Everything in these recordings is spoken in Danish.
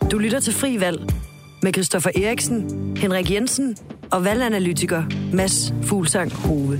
Du lytter til Fri Valg med Christoffer Eriksen, Henrik Jensen og valganalytiker Mads Fuglsang Hove.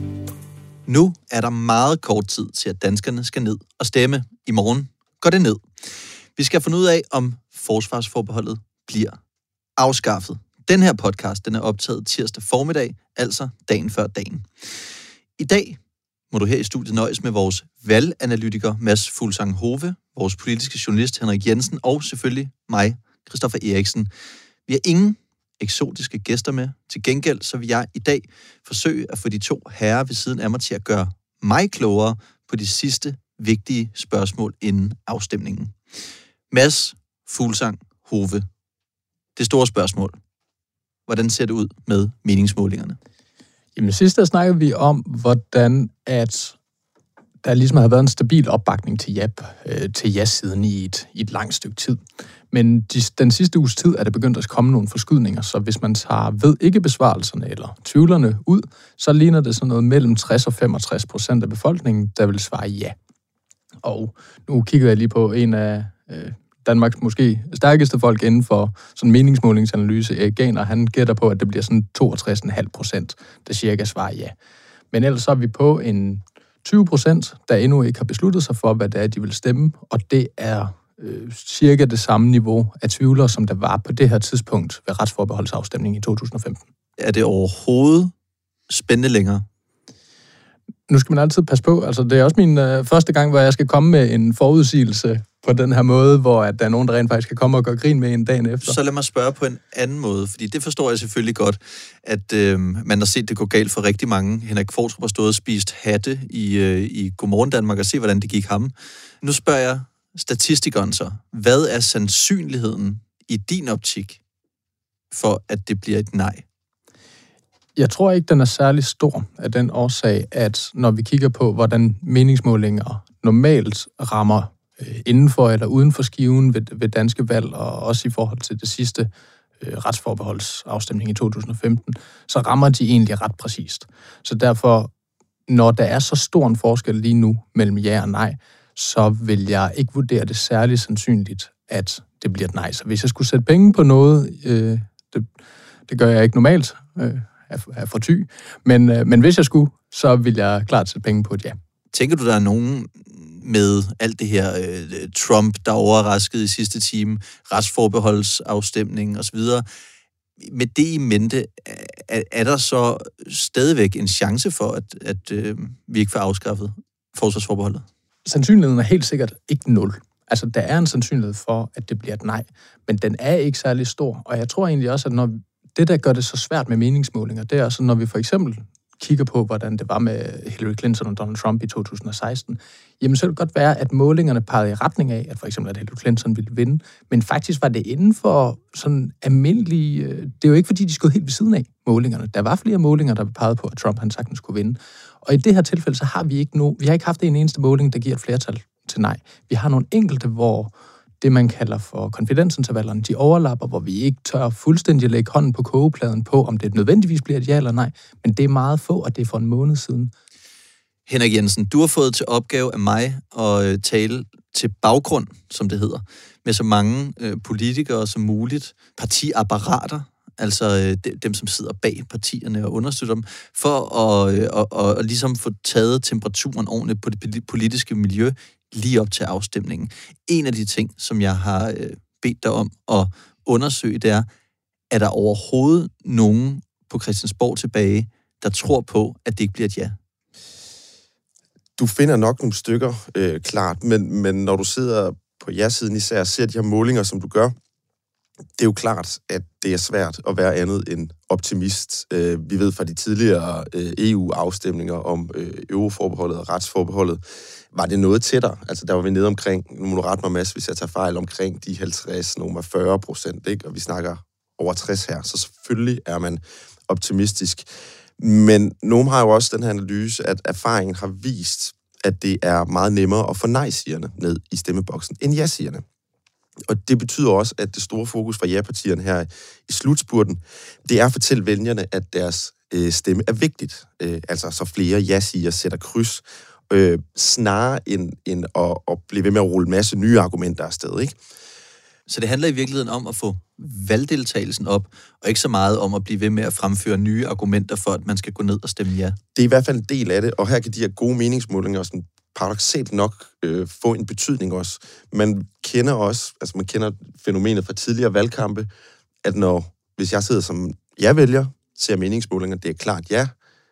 Nu er der meget kort tid til, at danskerne skal ned og stemme. I morgen går det ned. Vi skal finde ud af, om forsvarsforbeholdet bliver afskaffet. Den her podcast, den er optaget tirsdag formiddag, altså dagen før dagen. I dag må du her i studiet nøjes med vores valganalytiker Mads Fuglsang Hove, vores politiske journalist Henrik Jensen og selvfølgelig mig, Christoffer Eriksen. Vi har ingen eksotiske gæster med. Til gengæld så vil jeg i dag forsøge at få de to herrer ved siden af mig til at gøre mig klogere på de sidste vigtige spørgsmål inden afstemningen. Mads Fuglsang Hove. Det store spørgsmål. Hvordan ser det ud med meningsmålingerne? Jamen sidst der snakkede vi om, hvordan at der ligesom har været en stabil opbakning til ja-siden i et langt stykke tid. Men den sidste uges tid er det begyndt at komme nogle forskydninger, så hvis man tager ved ikke-besvarelserne eller tvivlerne ud, så ligner det sådan noget mellem 60 og 65% af befolkningen, der vil svare ja. Og nu kigger jeg lige på en af Danmarks måske stærkeste folk inden for sådan meningsmålingsanalyse, Erik Ganer, han gætter på, at det bliver sådan 62,5%, der cirka svarer ja. Men ellers så er vi på en 20%, der endnu ikke har besluttet sig for, hvad det er, de vil stemme, og det er cirka det samme niveau af tvivlere, som der var på det her tidspunkt ved retsforbeholdsafstemningen i 2015. Er det overhovedet spændende længere? Nu skal man altid passe på. Altså, det er også min første gang, hvor jeg skal komme med en forudsigelse på den her måde, hvor at der er nogen, der rent faktisk kan komme og gøre grin med en dagen efter. Så lad mig spørge på en anden måde, fordi det forstår jeg selvfølgelig godt, at man har set det gå galt for rigtig mange. Henrik Fortrup har stået og spist hatte i Godmorgen Danmark og se, hvordan det gik ham. Nu spørger jeg statistikeren så, hvad er sandsynligheden i din optik for, at det bliver et nej? Jeg tror ikke, den er særlig stor af den årsag, at når vi kigger på, hvordan meningsmålinger normalt rammer indenfor eller uden for skiven ved danske valg, og også i forhold til det sidste retsforbeholdsafstemning i 2015, så rammer de egentlig ret præcist. Så derfor, når der er så stor en forskel lige nu mellem ja og nej, så vil jeg ikke vurdere det særligt sandsynligt, at det bliver et nej. Så hvis jeg skulle sætte penge på noget, det gør jeg ikke normalt, er for ty, men hvis jeg skulle, så vil jeg klart sætte penge på et ja. Tænker du, der er nogen med alt det her Trump, der overraskede i sidste time, retsforbeholdsafstemningen osv., med det i mente, er der så stadigvæk en chance for, at vi ikke får afskaffet forsvarsforbeholdet? Sandsynligheden er helt sikkert ikke 0. Altså, der er en sandsynlighed for, at det bliver et nej, men den er ikke særlig stor, og jeg tror egentlig også, at når det, der gør det så svært med meningsmålinger, det er altså, når vi for eksempel kigger på, hvordan det var med Hillary Clinton og Donald Trump i 2016, jamen så kan det godt være, at målingerne pegede i retning af, at for eksempel at Hillary Clinton ville vinde, men faktisk var det inden for sådan almindelige. Det er jo ikke, fordi de skulle helt ved siden af målingerne. Der var flere målinger, der pegede på, at Trump han sagtens kunne vinde. Og i det her tilfælde, så har vi ikke haft en eneste måling, der giver et flertal til nej. Vi har nogle enkelte, hvor det, man kalder for konfidensintervallerne, de overlapper, hvor vi ikke tør fuldstændig lægge hånden på kogepladen på, om det nødvendigvis bliver et ja eller nej, men det er meget få, og det er for en måned siden. Henrik Jensen, du har fået til opgave af mig at tale til baggrund, som det hedder, med så mange politikere som muligt, partiapparater, altså dem, som sidder bag partierne og understøtter dem, for at ligesom få taget temperaturen ordentligt på det politiske miljø lige op til afstemningen. En af de ting, som jeg har bedt dig om at undersøge, det er der overhovedet nogen på Christiansborg tilbage, der tror på, at det ikke bliver et ja? Du finder nok nogle stykker, klart, men når du sidder på ja-siden især, ser de her målinger, som du gør, det er jo klart, at det er svært at være andet end optimist. Vi ved fra de tidligere EU-afstemninger om euroforbeholdet og retsforbeholdet, var det noget tættere. Altså der var vi nede omkring, nu må du rette mig, Mads, hvis jeg tager fejl, omkring de 50, nogle var 40%, ikke? Og vi snakker over 60 her, så selvfølgelig er man optimistisk. Men nogen har jo også den her analyse, at erfaringen har vist, at det er meget nemmere at få nej-sigerne ned i stemmeboksen end ja-sigerne. Og det betyder også, at det store fokus fra ja-partierne her i slutspurten, det er at fortælle vælgerne, at deres stemme er vigtigt. Altså så flere ja-siger sætter kryds, snarere end at blive ved med at rulle en masse nye argumenter afsted, ikke? Så det handler i virkeligheden om at få valgdeltagelsen op, og ikke så meget om at blive ved med at fremføre nye argumenter for, at man skal gå ned og stemme ja. Det er i hvert fald en del af det, og her kan de her gode meningsmålinger sådan paradoksalt nok få en betydning også. Man kender fænomenet fra tidligere valgkampe, at hvis jeg sidder som ja-vælger, ser meningsmålinger, det er klart ja,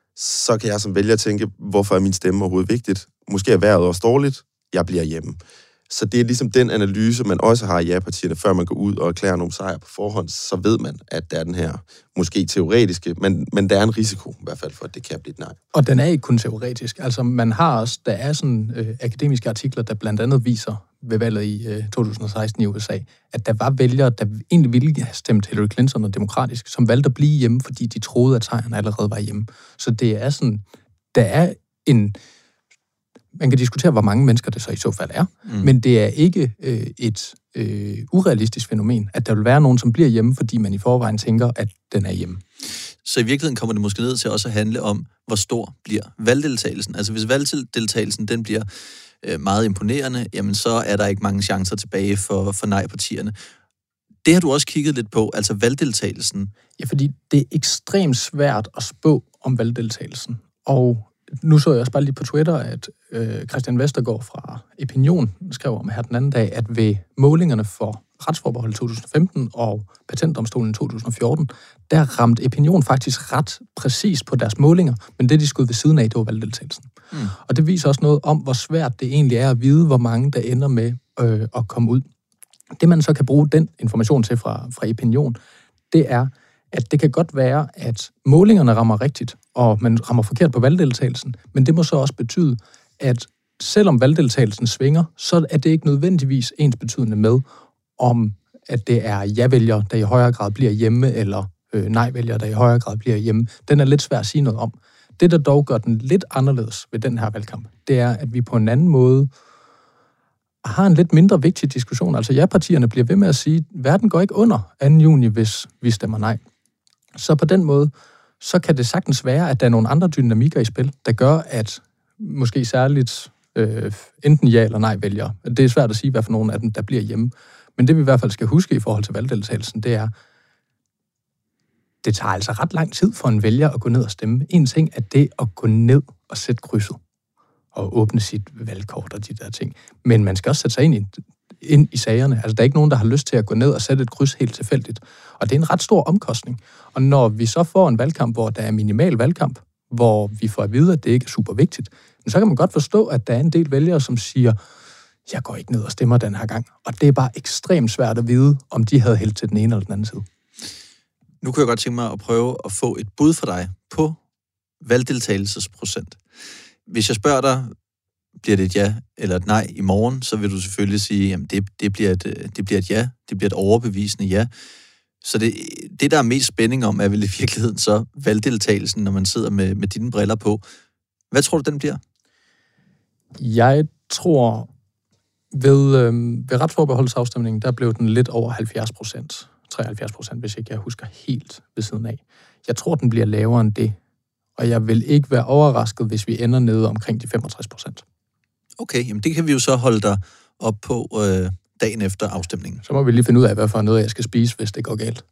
så kan jeg som vælger tænke, hvorfor er min stemme overhovedet vigtigt? Måske er vejret også dårligt, jeg bliver hjemme. Så det er ligesom den analyse, man også har i ja-partierne, før man går ud og erklærer nogle sejre på forhånd, så ved man, at der er den her, måske teoretiske, men der er en risiko i hvert fald for, at det kan blive et nej. Og den er ikke kun teoretisk. Altså man har også, der er sådan akademiske artikler, der blandt andet viser ved valget i 2016 i USA, at der var vælgere, der egentlig ville have stemt Hillary Clinton og demokratisk, som valgte at blive hjemme, fordi de troede, at sejren allerede var hjemme. Så det er sådan, der er en... Man kan diskutere, hvor mange mennesker det så i så fald er, men det er ikke et urealistisk fænomen, at der vil være nogen, som bliver hjemme, fordi man i forvejen tænker, at den er hjemme. Så i virkeligheden kommer det måske ned til også at handle om, hvor stor bliver valgdeltagelsen. Altså hvis valgdeltagelsen den bliver meget imponerende, jamen så er der ikke mange chancer tilbage for nej-partierne. Det har du også kigget lidt på, altså valgdeltagelsen. Ja, fordi det er ekstremt svært at spå om valgdeltagelsen. Og nu så jeg også bare lige på Twitter, at Christian Vestergaard fra Epinion skrev om her den anden dag, at ved målingerne for retsforbeholdet 2015 og patentdomstolen 2014, der ramte Epinion faktisk ret præcis på deres målinger, men det, de skød ved siden af, det var valgdeltagelsen. Og det viser også noget om, hvor svært det egentlig er at vide, hvor mange der ender med at komme ud. Det, man så kan bruge den information til fra Epinion, det er, at det kan godt være, at målingerne rammer rigtigt, og man rammer forkert på valgdeltagelsen, men det må så også betyde, at selvom valgdeltagelsen svinger, så er det ikke nødvendigvis ensbetydende med, om at det er ja-vælgere, der i højere grad bliver hjemme, eller nej-vælgere, der i højere grad bliver hjemme. Den er lidt svær at sige noget om. Det, der dog gør den lidt anderledes ved den her valgkamp, det er, at vi på en anden måde har en lidt mindre vigtig diskussion. Altså ja-partierne bliver ved med at sige, at verden går ikke under 2. juni, hvis vi stemmer nej. Så på den måde, så kan det sagtens være, at der er nogle andre dynamikker i spil, der gør, at måske særligt enten ja eller nej vælgere. Det er svært at sige, hvad for nogle af dem, der bliver hjemme. Men det vi i hvert fald skal huske i forhold til valgdeltagelsen, det er, det tager altså ret lang tid for en vælger at gå ned og stemme. En ting er det at gå ned og sætte krydset og åbne sit valgkort og de der ting. Men man skal også sætte sig ind i sagerne. Altså, der er ikke nogen, der har lyst til at gå ned og sætte et kryds helt tilfældigt. Og det er en ret stor omkostning. Og når vi så får en valgkamp, hvor der er minimal valgkamp, hvor vi får at vide, at det ikke er super vigtigt, så kan man godt forstå, at der er en del vælgere, som siger, jeg går ikke ned og stemmer den her gang. Og det er bare ekstremt svært at vide, om de havde hældt til den ene eller den anden side. Nu kunne jeg godt tænke mig at prøve at få et bud fra dig på valgdeltagelsesprocent. Hvis jeg spørger dig, bliver det et ja eller et nej i morgen, så vil du selvfølgelig sige, at det bliver et ja, det bliver et overbevisende ja. Så det der er mest spænding om, er vel i virkeligheden så valgdeltagelsen, når man sidder med dine briller på. Hvad tror du, den bliver? Jeg tror, ved retsforbeholdsafstemningen, der blev den lidt over 70%. 73%, hvis ikke jeg husker helt ved siden af. Jeg tror, den bliver lavere end det. Og jeg vil ikke være overrasket, hvis vi ender nede omkring de 65%. Okay, jamen det kan vi jo så holde dig op på dagen efter afstemningen. Så må vi lige finde ud af, hvad for noget jeg skal spise, hvis det går galt.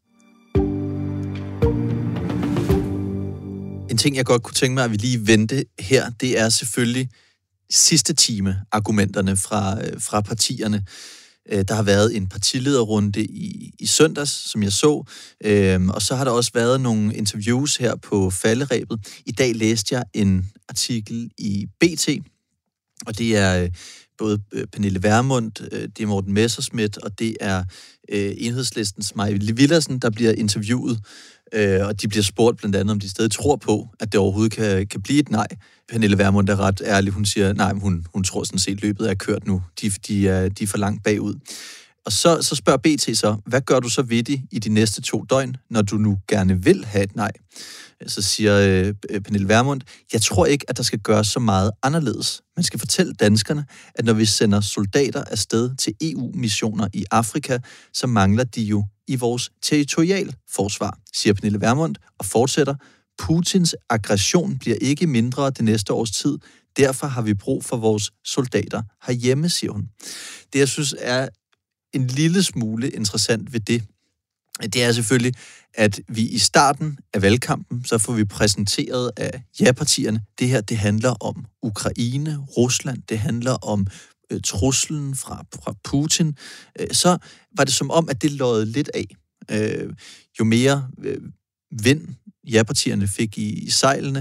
En ting, jeg godt kunne tænke mig, at vi lige vente her, det er selvfølgelig sidste time argumenterne fra partierne. Der har været en partilederrunde i søndags, som jeg så, og så har der også været nogle interviews her på falderebet. I dag læste jeg en artikel i BT, og det er både Pernille Vermund, det er Morten Messerschmidt, og det er Enhedslistens Maja Villadsen, der bliver interviewet, og de bliver spurgt blandt andet, om de stadig tror på, at det overhovedet kan blive et nej. Pernille Vermund er ret ærlig, hun siger, nej, hun tror sådan set, løbet er kørt nu. De er for langt bagud. Og så spørger BT så, hvad gør du så ved det i de næste 2 døgn, når du nu gerne vil have et nej? Så siger Pernille Vermund, jeg tror ikke, at der skal gøres så meget anderledes. Man skal fortælle danskerne, at når vi sender soldater afsted til EU-missioner i Afrika, så mangler de jo i vores territorialforsvar, siger Pernille Vermund, og fortsætter, Putins aggression bliver ikke mindre det næste års tid. Derfor har vi brug for vores soldater herhjemme, siger hun. Det, jeg synes er en lille smule interessant ved det er selvfølgelig, at vi i starten af valgkampen, så får vi præsenteret af ja-partierne, det her, det handler om Ukraine, Rusland, det handler om truslen fra Putin. Så var det som om, at det løjede lidt af. Jo mere vind ja-partierne fik i sejlene,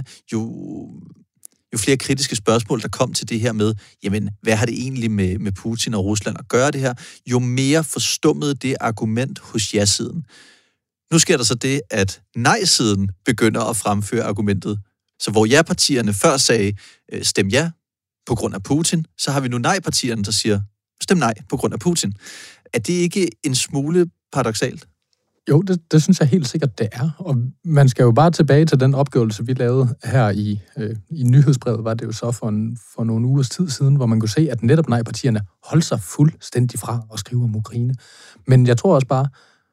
jo flere kritiske spørgsmål, der kom til det her med, jamen, hvad har det egentlig med Putin og Rusland at gøre det her? Jo mere forstummede det argument hos ja-siden. Nu sker der så det, at nej-siden begynder at fremføre argumentet. Så hvor ja-partierne før sagde, stem ja på grund af Putin, så har vi nu nej-partierne, der siger, stem nej på grund af Putin. Er det ikke en smule paradoksalt? Jo, det synes jeg helt sikkert, det er. Og man skal jo bare tilbage til den opgørelse, vi lavede her i nyhedsbrevet, var det jo så for nogle ugers tid siden, hvor man kunne se, at netop nej-partierne holdt sig fuldstændig fra at skrive om Ukraine. Men jeg tror også bare,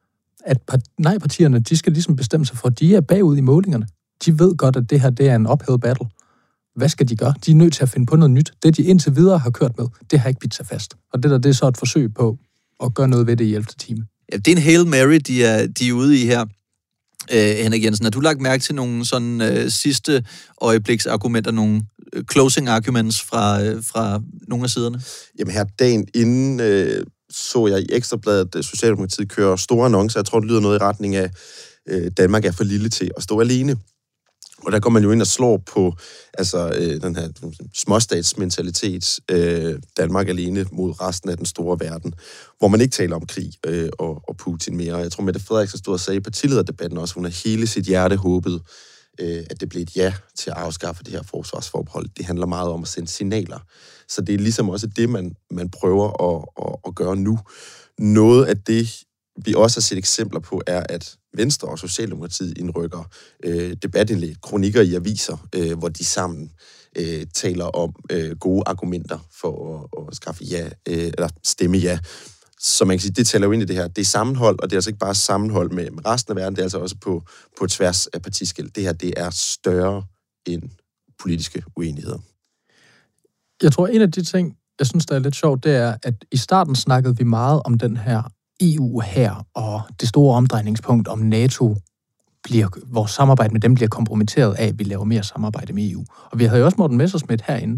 at nej-partierne, de skal ligesom bestemme sig for, at de er bagud i målingerne. De ved godt, at det her, det er en uphill battle. Hvad skal de gøre? De er nødt til at finde på noget nyt. Det, de indtil videre har kørt med, det har ikke bidt sig fast. Og det er så et forsøg på at gøre noget ved det i 11. time. Ja, det er en Hail Mary, de er ude i her, Henrik Jensen. Har du lagt mærke til nogle sådan sidste øjebliksargumenter, nogle closing arguments fra nogle af siderne? Jamen her dagen inden så jeg i Ekstrabladet, at Socialdemokratiet kører store annoncer. Jeg tror, det lyder noget i retning af, Danmark er for lille til at stå alene. Og der går man jo ind og slår på den her småstatsmentalitet, Danmark alene mod resten af den store verden, hvor man ikke taler om krig og Putin mere. Jeg tror, Mette Frederiksen stod og sagde i partilederdebatten også, hun har hele sit hjerte håbet, at det blev et ja til at afskaffe det her forsvarsforbehold. Det handler meget om at sende signaler. Så det er ligesom også det, man prøver at gøre nu. Noget af det, vi også har set eksempler på, er, at Venstre og Socialdemokratiet indrykker debatindlæg, kronikker i aviser, hvor de sammen taler om gode argumenter for at skaffe ja, eller stemme ja. Så man kan sige, det tæller jo ind i det her. Det er sammenhold, og det er altså ikke bare sammenhold med resten af verden, det er altså også på tværs af partiskel. Det her, det er større end politiske uenigheder. Jeg tror, en af de ting, jeg synes, der er lidt sjovt, det er, at i starten snakkede vi meget om den her EU her, og det store omdrejningspunkt om NATO, vores samarbejde med dem bliver kompromitteret af, at vi laver mere samarbejde med EU. Og vi havde jo også Morten Messerschmidt herinde,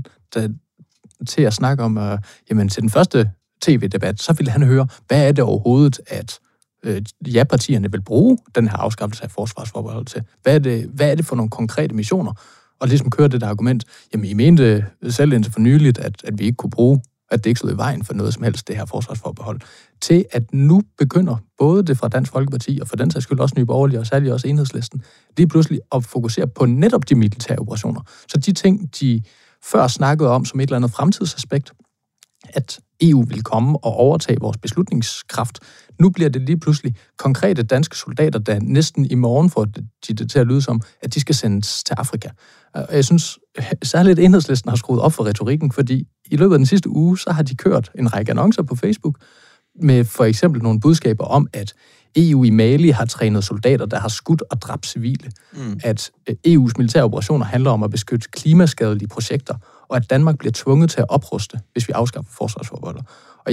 til at snakke om, jamen til den første tv-debat, så ville han høre, hvad er det overhovedet, at ja-partierne vil bruge den her afskaffelse af forsvarsforbehold til? Hvad er det for nogle konkrete missioner? Og ligesom køre det der argument, jamen I mente selv indtil for nyligt, at vi ikke kunne bruge, at det ikke stod i vejen for noget som helst, det her forsvarsforbehold, til at nu begynder både det fra Dansk Folkeparti, og for den sags skyld også Nye Borgerlige, og særligt også Enhedslisten, lige pludselig at fokusere på netop de militære operationer. Så de ting, de før snakkede om som et eller andet fremtidsaspekt, at EU vil komme og overtage vores beslutningskraft. Nu bliver det lige pludselig konkrete danske soldater, der næsten i morgen får det til at lyde som, at de skal sendes til Afrika. Og jeg synes, særligt Enhedslisten har skruet op for retorikken, fordi i løbet af den sidste uge, så har de kørt en række annoncer på Facebook med for eksempel nogle budskaber om, at EU i Mali har trænet soldater, der har skudt og dræbt civile. At EU's militære operationer handler om at beskytte klimaskadelige projekter, og at Danmark bliver tvunget til at opruste, hvis vi afskaffer forsvarsforbeholdet. Og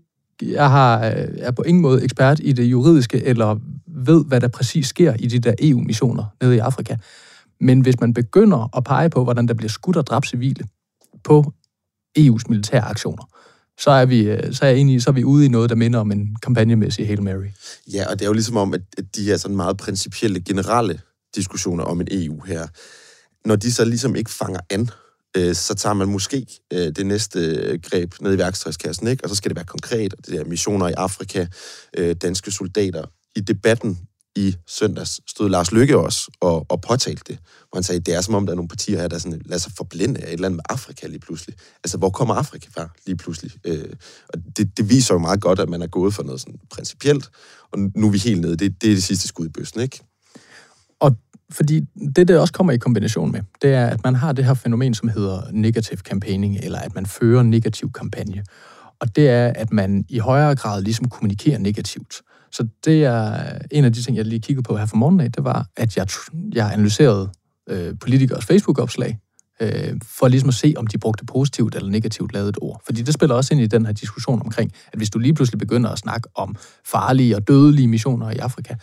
jeg er på ingen måde ekspert i det juridiske, eller ved, hvad der præcis sker i de der EU-missioner nede i Afrika. Men hvis man begynder at pege på, hvordan der bliver skudt og dræbt civile på EU's militære aktioner, så er vi ude i noget, der minder om en kampagnemæssig Hail Mary. Ja, og det er jo ligesom om, at de her sådan meget principielle, generelle diskussioner om en EU her, når de så ligesom ikke fanger an, så tager man måske det næste greb ned i værktøjskassen, ikke? Og så skal det være konkret, og det er missioner i Afrika, danske soldater. I debatten i søndags stod Lars Løkke også og påtalte det, hvor han sagde, det er som om, der er nogle partier her, der sådan, lader sig forblinde af et eller andet med Afrika lige pludselig. Altså, hvor kommer Afrika fra lige pludselig? Og det viser jo meget godt, at man er gået for noget sådan principielt, og nu er vi helt nede. Det er det sidste skud i bøssen, ikke? Og fordi det også kommer i kombination med, det er, at man har det her fænomen, som hedder negative campaigning, eller at man fører negativ kampagne. Og det er, at man i højere grad ligesom kommunikerer negativt. Så det er en af de ting, jeg lige kiggede på her for morgenen af, det var, at jeg analyserede politikers Facebook-opslag for ligesom at se, om de brugte positivt eller negativt lavet ord. Fordi det spiller også ind i den her diskussion omkring, at hvis du lige pludselig begynder at snakke om farlige og dødelige missioner i Afrika,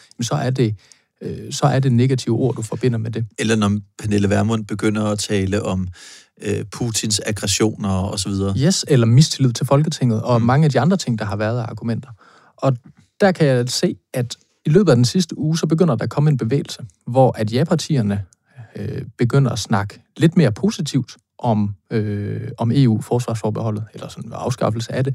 så er det negative ord, du forbinder med det. Eller når Pernille Vermund begynder at tale om Putins aggressioner og så videre. Yes, eller mistillid til Folketinget, og mange af de andre ting, der har været af argumenter. Og der kan jeg se, at i løbet af den sidste uge, så begynder der at komme en bevægelse, hvor at ja-partierne begynder at snakke lidt mere positivt om EU-forsvarsforbeholdet, eller sådan en afskaffelse af det,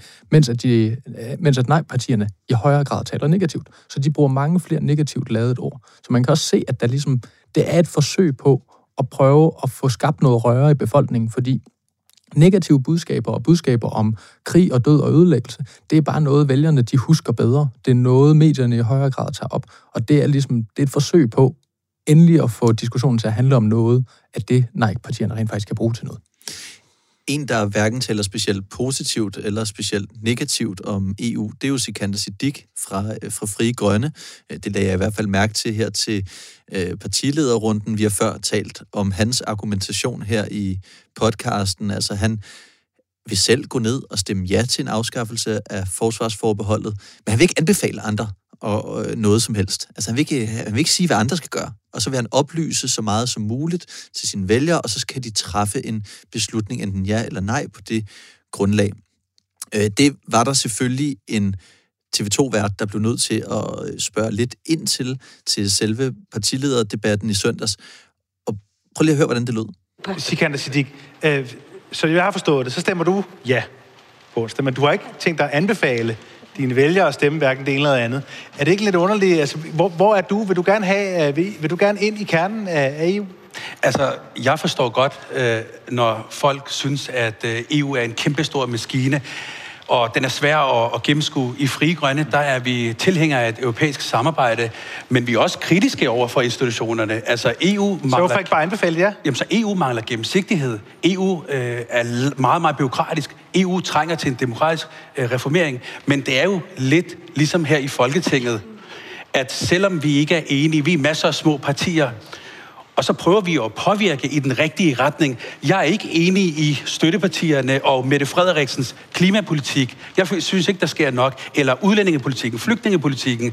mens at nej-partierne i højere grad taler negativt. Så de bruger mange flere negativt lavet ord. Så man kan også se, at det er et forsøg på at prøve at få skabt noget røre i befolkningen, fordi negative budskaber og budskaber om krig og død og ødelæggelse, det er bare noget, vælgerne de husker bedre. Det er noget, medierne i højere grad tager op, og det er et forsøg på endelig at få diskussionen til at handle om noget af det, nej-partierne rent faktisk kan bruge til noget. En, der hverken taler specielt positivt eller specielt negativt om EU, det er jo Sikander Siddique fra Frie Grønne. Det lagde jeg i hvert fald mærke til her til partilederrunden. Vi har før talt om hans argumentation her i podcasten. Altså han vil selv gå ned og stemme ja til en afskaffelse af forsvarsforbeholdet, men han vil ikke anbefale andre og noget som helst. Altså han vil ikke sige, hvad andre skal gøre. Og så vil han oplyse så meget som muligt til sine vælgere, og så skal de træffe en beslutning, enten ja eller nej, på det grundlag. Det var der selvfølgelig en TV2-vært, der blev nødt til at spørge lidt ind til selve partilederdebatten i søndags. Og prøv lige at høre, hvordan det lød. Sikander Siddique, så jeg har forstået det, så stemmer du ja på onsdag, men du har ikke tænkt dig at anbefale dine vælgere at stemme hverken det ene eller andet. Er det ikke lidt underligt? Altså, hvor er du? Vil du gerne ind i kernen af EU? Altså, jeg forstår godt, når folk synes, at EU er en kæmpestor maskine, og den er svær at gennemskue. I Frie Grønne, der er vi tilhængere af et europæisk samarbejde, men vi er også kritiske over for institutionerne. Altså EU mangler... Så hvorfor ikke bare anbefale jer? Jamen, så EU mangler gennemsigtighed. EU er meget, meget bureaukratisk. EU trænger til en demokratisk reformering, men det er jo lidt ligesom her i Folketinget, at selvom vi ikke er enige, vi er masser af små partier, og så prøver vi at påvirke i den rigtige retning. Jeg er ikke enig i støttepartierne og Mette Frederiksens klimapolitik. Jeg synes ikke, der sker nok. Eller udlændingepolitikken, flygtningepolitikken.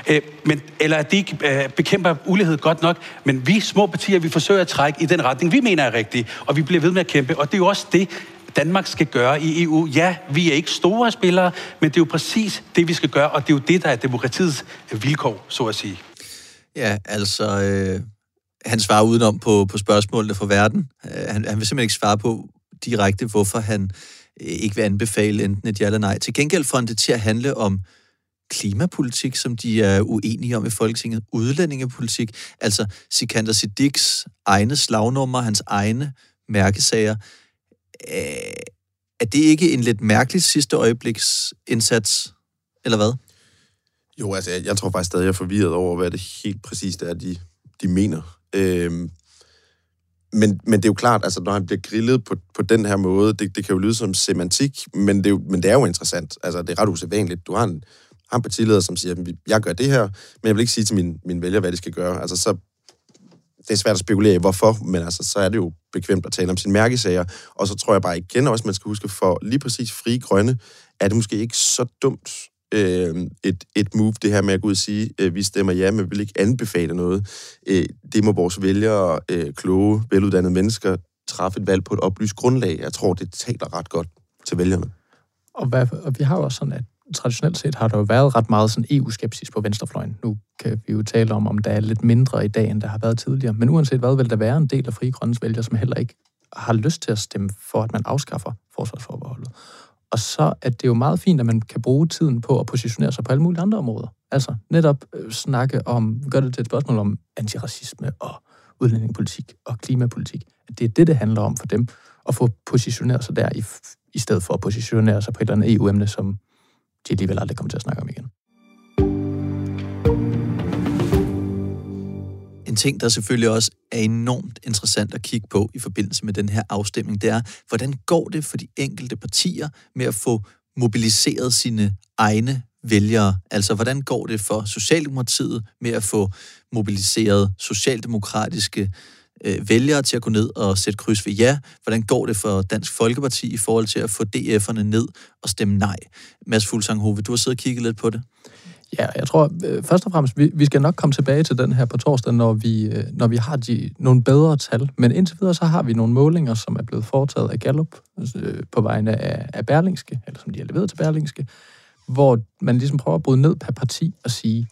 Eller at de ikke bekæmper ulighed godt nok. Men vi små partier, vi forsøger at trække i den retning, vi mener er rigtig. Og vi bliver ved med at kæmpe. Og det er jo også det, Danmark skal gøre i EU. Ja, vi er ikke store spillere, men det er jo præcis det, vi skal gøre. Og det er jo det, der er demokratiets vilkår, så at sige. Ja, altså... Han svarer udenom på spørgsmålene fra verden. Han vil simpelthen ikke svare på direkte, hvorfor han ikke vil anbefale enten et ja eller nej. Til gengæld får han det til at handle om klimapolitik, som de er uenige om i Folketinget, udlændingepolitik, altså Sikander Siddiques egne slagnummer, hans egne mærkesager. Er det ikke en lidt mærkelig sidste øjebliks indsats, eller hvad? Jo, altså jeg tror faktisk stadig, jeg er forvirret over, hvad det helt præcist er, de mener. Men det er jo klart, altså når han bliver grillet på den her måde, det kan jo lyde som semantik, men det er jo interessant. Altså det er ret usædvanligt. Du har en partileder, som siger, jeg gør det her, men jeg vil ikke sige til mine vælgere, hvad de skal gøre. Altså så det er svært at spekulere i, hvorfor, men altså så er det jo bekvemt at tale om sine mærkesager. Og så tror jeg bare igen også, man skal huske, for lige præcis Frie Grønne, er det måske ikke så dumt, et move, det her med at gå ud og sige, vi stemmer ja, men vi vil ikke anbefale noget. Det må vores vælgere, kloge, veluddannede mennesker, træffe et valg på et oplyst grundlag. Jeg tror, det taler ret godt til vælgerne. Og vi har jo også sådan, at traditionelt set har der jo været ret meget sådan EU-skepsis på venstrefløjen. Nu kan vi jo tale om der er lidt mindre i dag, end der har været tidligere. Men uanset hvad, vil der være en del af Frie Grønnes vælgere, som heller ikke har lyst til at stemme for, at man afskaffer forsvarsforbeholdet. Og så er det jo meget fint, at man kan bruge tiden på at positionere sig på alle mulige andre områder. Altså netop snakke om, gør det til et spørgsmål om antiracisme og udlændingepolitik og klimapolitik. At det er det handler om for dem, at få positioneret sig der, i stedet for at positionere sig på et eller andet EU-emne, som de alligevel aldrig kommer til at snakke om igen. En ting, der selvfølgelig også er enormt interessant at kigge på i forbindelse med den her afstemning, det er, hvordan går det for de enkelte partier med at få mobiliseret sine egne vælgere? Altså, hvordan går det for Socialdemokratiet med at få mobiliseret socialdemokratiske vælgere til at gå ned og sætte kryds ved ja? Hvordan går det for Dansk Folkeparti i forhold til at få DF'erne ned og stemme nej? Mads Fuglsang Hove, du har siddet og kigget lidt på det. Ja, jeg tror først og fremmest, vi skal nok komme tilbage til den her på torsdag, når vi har nogle bedre tal. Men indtil videre, så har vi nogle målinger, som er blevet foretaget af Gallup på vegne af Berlingske, eller som de har leveret til Berlingske, hvor man ligesom prøver at bryde ned per parti og sige,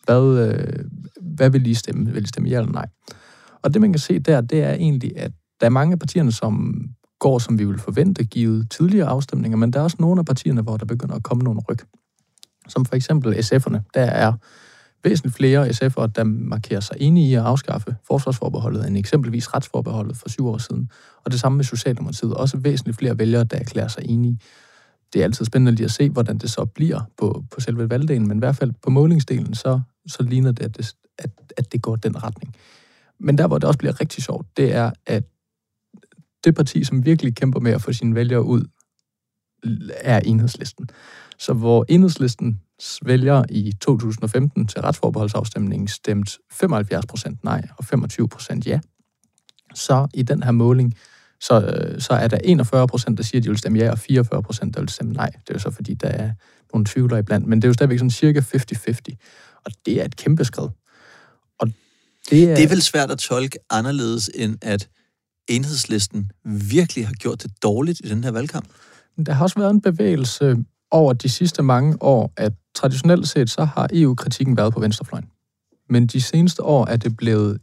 hvad vil I stemme? Vil I stemme ja eller nej? Og det, man kan se der, det er egentlig, at der er mange af partierne, som går, som vi vil forvente, givet tidligere afstemninger, men der er også nogle af partierne, hvor der begynder at komme nogle ryg. Som for eksempel SF'erne. Der er væsentligt flere SF'ere, der markerer sig enige i at afskaffe forsvarsforbeholdet, end eksempelvis retsforbeholdet for 7 år siden. Og det samme med Socialdemokratiet. Også væsentligt flere vælgere, der erklærer sig enige. Det er altid spændende lige at se, hvordan det så bliver på selve valgdelen, men i hvert fald på målingsdelen, så ligner det, at det går den retning. Men der, hvor det også bliver rigtig sjovt, det er, at det parti, som virkelig kæmper med at få sine vælgere ud, er Enhedslisten. Så hvor Enhedslistens vælgere i 2015 til retsforbeholdsafstemningen stemte 75% nej og 25% ja, så i den her måling, så er der 41%, der siger, at de vil stemme ja, og 44%, der vil stemme nej. Det er jo så, fordi der er nogle tvivlere iblandt, men det er jo stadigvæk sådan cirka 50-50. Og det er et kæmpe skred. Og det er vel svært at tolke anderledes, end at Enhedslisten virkelig har gjort det dårligt i den her valgkamp. Der har også været en bevægelse over de sidste mange år, at traditionelt set, så har EU-kritikken været på venstrefløjen. Men de seneste år er det blevet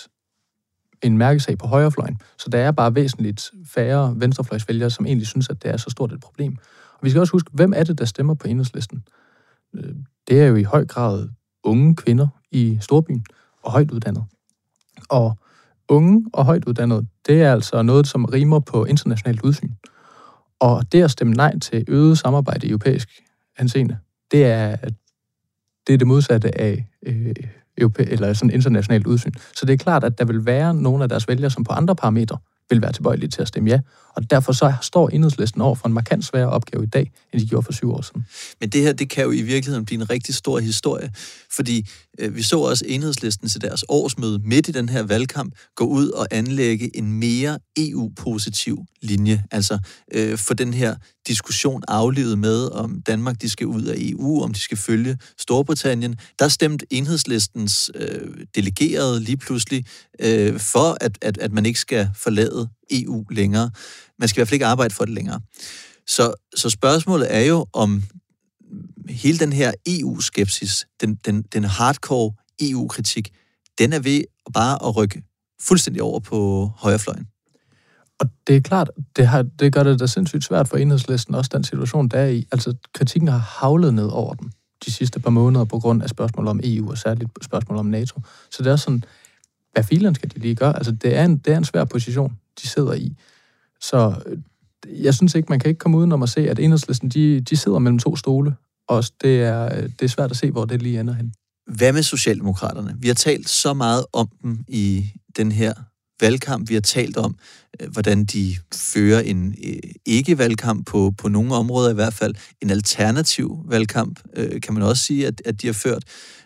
en mærkesag på højrefløjen. Så der er bare væsentligt færre venstrefløjsvælgere, som egentlig synes, at det er så stort et problem. Og vi skal også huske, hvem er det, der stemmer på Enhedslisten? Det er jo i høj grad unge kvinder i storbyen og højt uddannet. Og unge og højt uddannet, det er altså noget, som rimer på internationalt udsyn. Og det at stemme nej til øget samarbejde i europæisk henseende, det er det modsatte af eller sådan internationalt udsyn. Så det er klart, at der vil være nogle af deres vælgere, som på andre parametre vil være tilbøjelige til at stemme ja. Og derfor så står Enhedslisten over for en markant sværere opgave i dag, end de gjorde for 7 år siden. Men det her, det kan jo i virkeligheden blive en rigtig stor historie, fordi vi så også Enhedslisten til deres årsmøde midt i den her valgkamp gå ud og anlægge en mere EU-positiv linje. Altså for den her diskussion aflivet med, om Danmark de skal ud af EU, om de skal følge Storbritannien. Der stemte Enhedslistens delegerede lige pludselig for, at man ikke skal forlade EU længere. Man skal i hvert fald ikke arbejde for det længere. Så spørgsmålet er jo, om hele den her EU-skepsis, den hardcore EU-kritik, den er ved bare at rykke fuldstændig over på højrefløjen. Og det er klart, det gør det da sindssygt svært for Enhedslisten, også den situation, der er i. Altså, kritikken har havlet ned over dem de sidste par måneder på grund af spørgsmål om EU, og særligt spørgsmål om NATO. Så det er sådan, hvad filen skal de lige gøre? Altså, det er en svær position, de sidder i. Så jeg synes ikke, man kan ikke komme udenom at se, at Enhedslisten, de sidder mellem 2 stole, og det er svært at se, hvor det lige ender hen. Hvad med Socialdemokraterne? Vi har talt så meget om dem i den her valgkamp. Vi har talt om, hvordan de fører en ikke-valgkamp på nogle områder i hvert fald. En alternativ valgkamp, kan man også sige, at de har ført.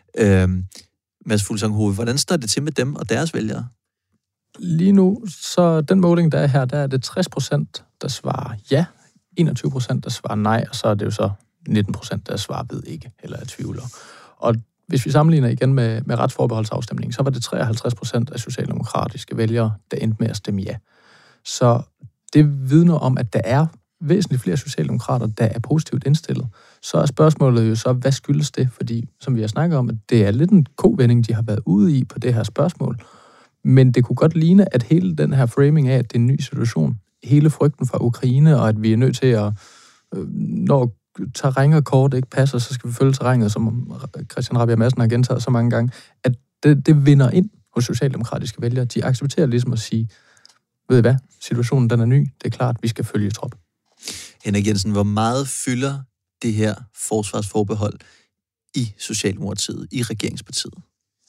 Mads Fuglsang Hove, hvordan står det til med dem og deres vælgere? Lige nu, så den måling, der er her, der er det 60%, der svarer ja, 21%, der svarer nej, og så er det jo så 19%, der svarer ved ikke, eller er tvivler. Og hvis vi sammenligner igen med retsforbeholdsafstemningen, så var det 53% af socialdemokratiske vælgere, der endte med at stemme ja. Så det vidner om, at der er væsentligt flere socialdemokrater, der er positivt indstillet. Så er spørgsmålet jo så, hvad skyldes det? Fordi, som vi har snakket om, at det er lidt en kovending, de har været ude i på det her spørgsmål. Men det kunne godt ligne, at hele den her framing af, at det er en ny situation, hele frygten fra Ukraine, og at vi er nødt til at, når terræn og kort ikke passer, så skal vi følge terrænet, som Christian Rabjerg Madsen har gentaget så mange gange, at det vinder ind hos socialdemokratiske vælgere. De accepterer ligesom at sige, ved I hvad, situationen den er ny, det er klart, vi skal følge trop. Henrik Jensen, hvor meget fylder det her forsvarsforbehold i Socialdemokratiet, i regeringspartiet?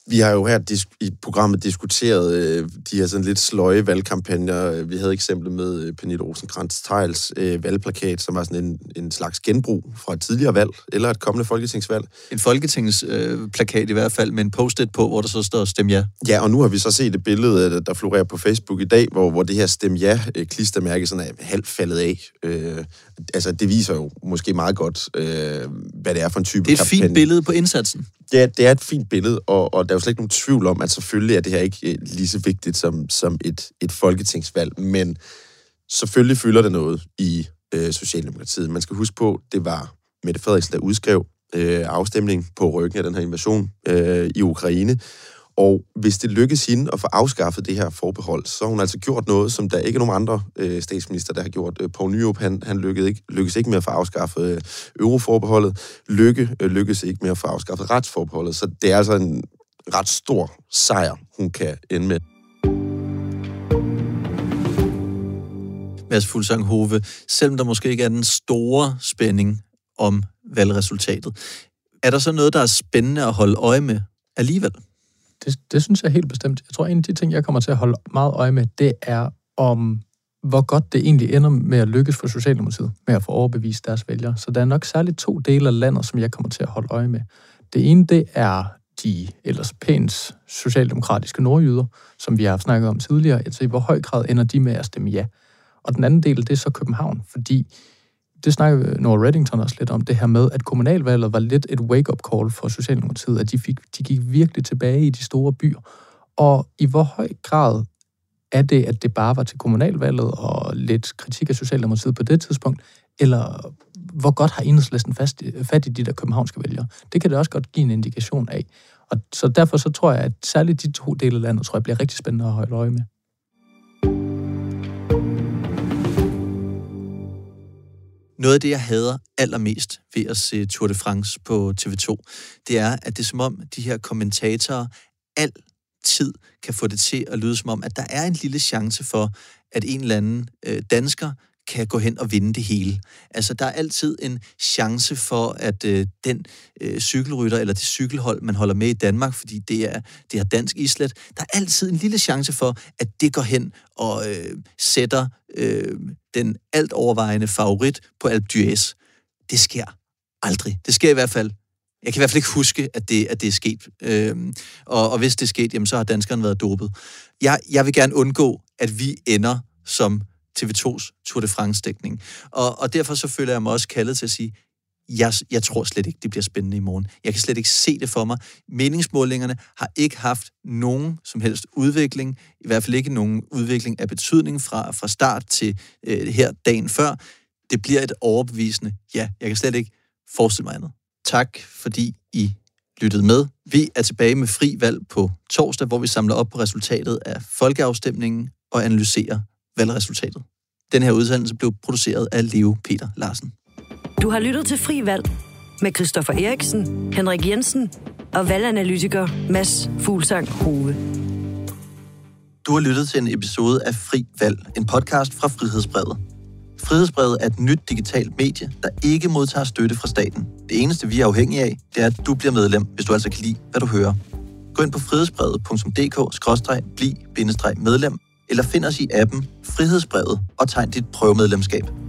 Vi har jo her i programmet diskuteret de her sådan lidt sløje valgkampagner. Vi havde eksemplet med Pernille Rosenkrantz-Theils valgplakat, som var sådan en slags genbrug fra et tidligere valg, eller et kommende folketingsvalg. En folketingsplakat i hvert fald, med en post-it på, hvor der så står stem ja. Ja, og nu har vi så set et billede, der florerer på Facebook i dag, hvor det her stem ja-klistermærke sådan er halvt faldet af. Altså, det viser jo måske meget godt, hvad det er for en type kampagne. Det er et fint billede på indsatsen. Det er et fint billede, og der er jo slet ikke nogen tvivl om, at selvfølgelig er det her ikke lige så vigtigt som et folketingsvalg, men selvfølgelig fylder det noget i Socialdemokratiet. Man skal huske på, det var Mette Frederiksen, der udskrev afstemning på ryggen af den her invasion i Ukraine, og hvis det lykkes hende at få afskaffet det her forbehold, så har hun altså gjort noget, som der ikke er nogen andre statsminister, der har gjort. Poul Nyrup, han lykkedes ikke med at få afskaffet euroforbeholdet. Lykkes ikke med at få afskaffet retsforbeholdet. Så det er altså en ret stor sejr, hun kan ende med. Mads Fuglsang Hove, selvom der måske ikke er den store spænding om valgresultatet, er der så noget, der er spændende at holde øje med alligevel? Det synes jeg helt bestemt. Jeg tror, en af de ting, jeg kommer til at holde meget øje med, det er om, hvor godt det egentlig ender med at lykkes for Socialdemokratiet med at få overbevist deres vælgere. Så der er nok særligt 2 dele af landet, som jeg kommer til at holde øje med. Det ene, det er de ellers pænt socialdemokratiske nordjyder, som vi har snakket om tidligere. Altså, i hvor høj grad ender de med at stemme ja. Og den anden del, det er så København, fordi det snakker Nora Reddington også lidt om, det her med, at kommunalvalget var lidt et wake-up call for Socialdemokratiet, at de gik virkelig tilbage i de store byer. Og i hvor høj grad er det, at det bare var til kommunalvalget og lidt kritik af Socialdemokratiet på det tidspunkt, eller hvor godt har Enhedslisten fat i de der københavnske vælgere? Det kan det også godt give en indikation af. Og så derfor så tror jeg, at særligt de 2 dele af landet, tror jeg, bliver rigtig spændende at holde øje med. Noget af det, jeg hader allermest ved at se Tour de France på TV2, det er, at det er som om, de her kommentatorer altid kan få det til at lyde som om, at der er en lille chance for, at en eller anden dansker kan gå hen og vinde det hele. Altså, der er altid en chance for, at den cykelrytter eller det cykelhold, man holder med i Danmark, fordi det er dansk islet, der er altid en lille chance for, at det går hen og sætter den alt overvejende favorit på Alpe d'Huez. Det sker aldrig. Det sker i hvert fald. Jeg kan i hvert fald ikke huske, at det er sket. Og hvis det er sket, jamen, så har danskerne været dopet. Jeg vil gerne undgå, at vi ender som TV2's Tour de France-dækning. Og derfor så føler jeg mig også kaldet til at sige, jeg tror slet ikke, det bliver spændende i morgen. Jeg kan slet ikke se det for mig. Meningsmålingerne har ikke haft nogen som helst udvikling, i hvert fald ikke nogen udvikling af betydning fra start til her dagen før. Det bliver et overbevisende ja. Jeg kan slet ikke forestille mig andet. Tak, fordi I lyttede med. Vi er tilbage med fri valg på torsdag, hvor vi samler op på resultatet af folkeafstemningen og analyserer valgresultatet. Den her udsendelse blev produceret af Leo Peter Larsen. Du har lyttet til Fri Valg med Christoffer Eriksen, Henrik Jensen og valganalytiker Mads Fuglsang Hove. Du har lyttet til en episode af Fri Valg, en podcast fra Frihedsbrevet. Frihedsbrevet er et nyt digitalt medie, der ikke modtager støtte fra staten. Det eneste, vi er afhængige af, det er, at du bliver medlem, hvis du altså kan lide, hvad du hører. Gå ind på frihedsbrevet.dk/bliv-medlem eller find os i appen Frihedsbrevet og tegn dit prøvemedlemskab.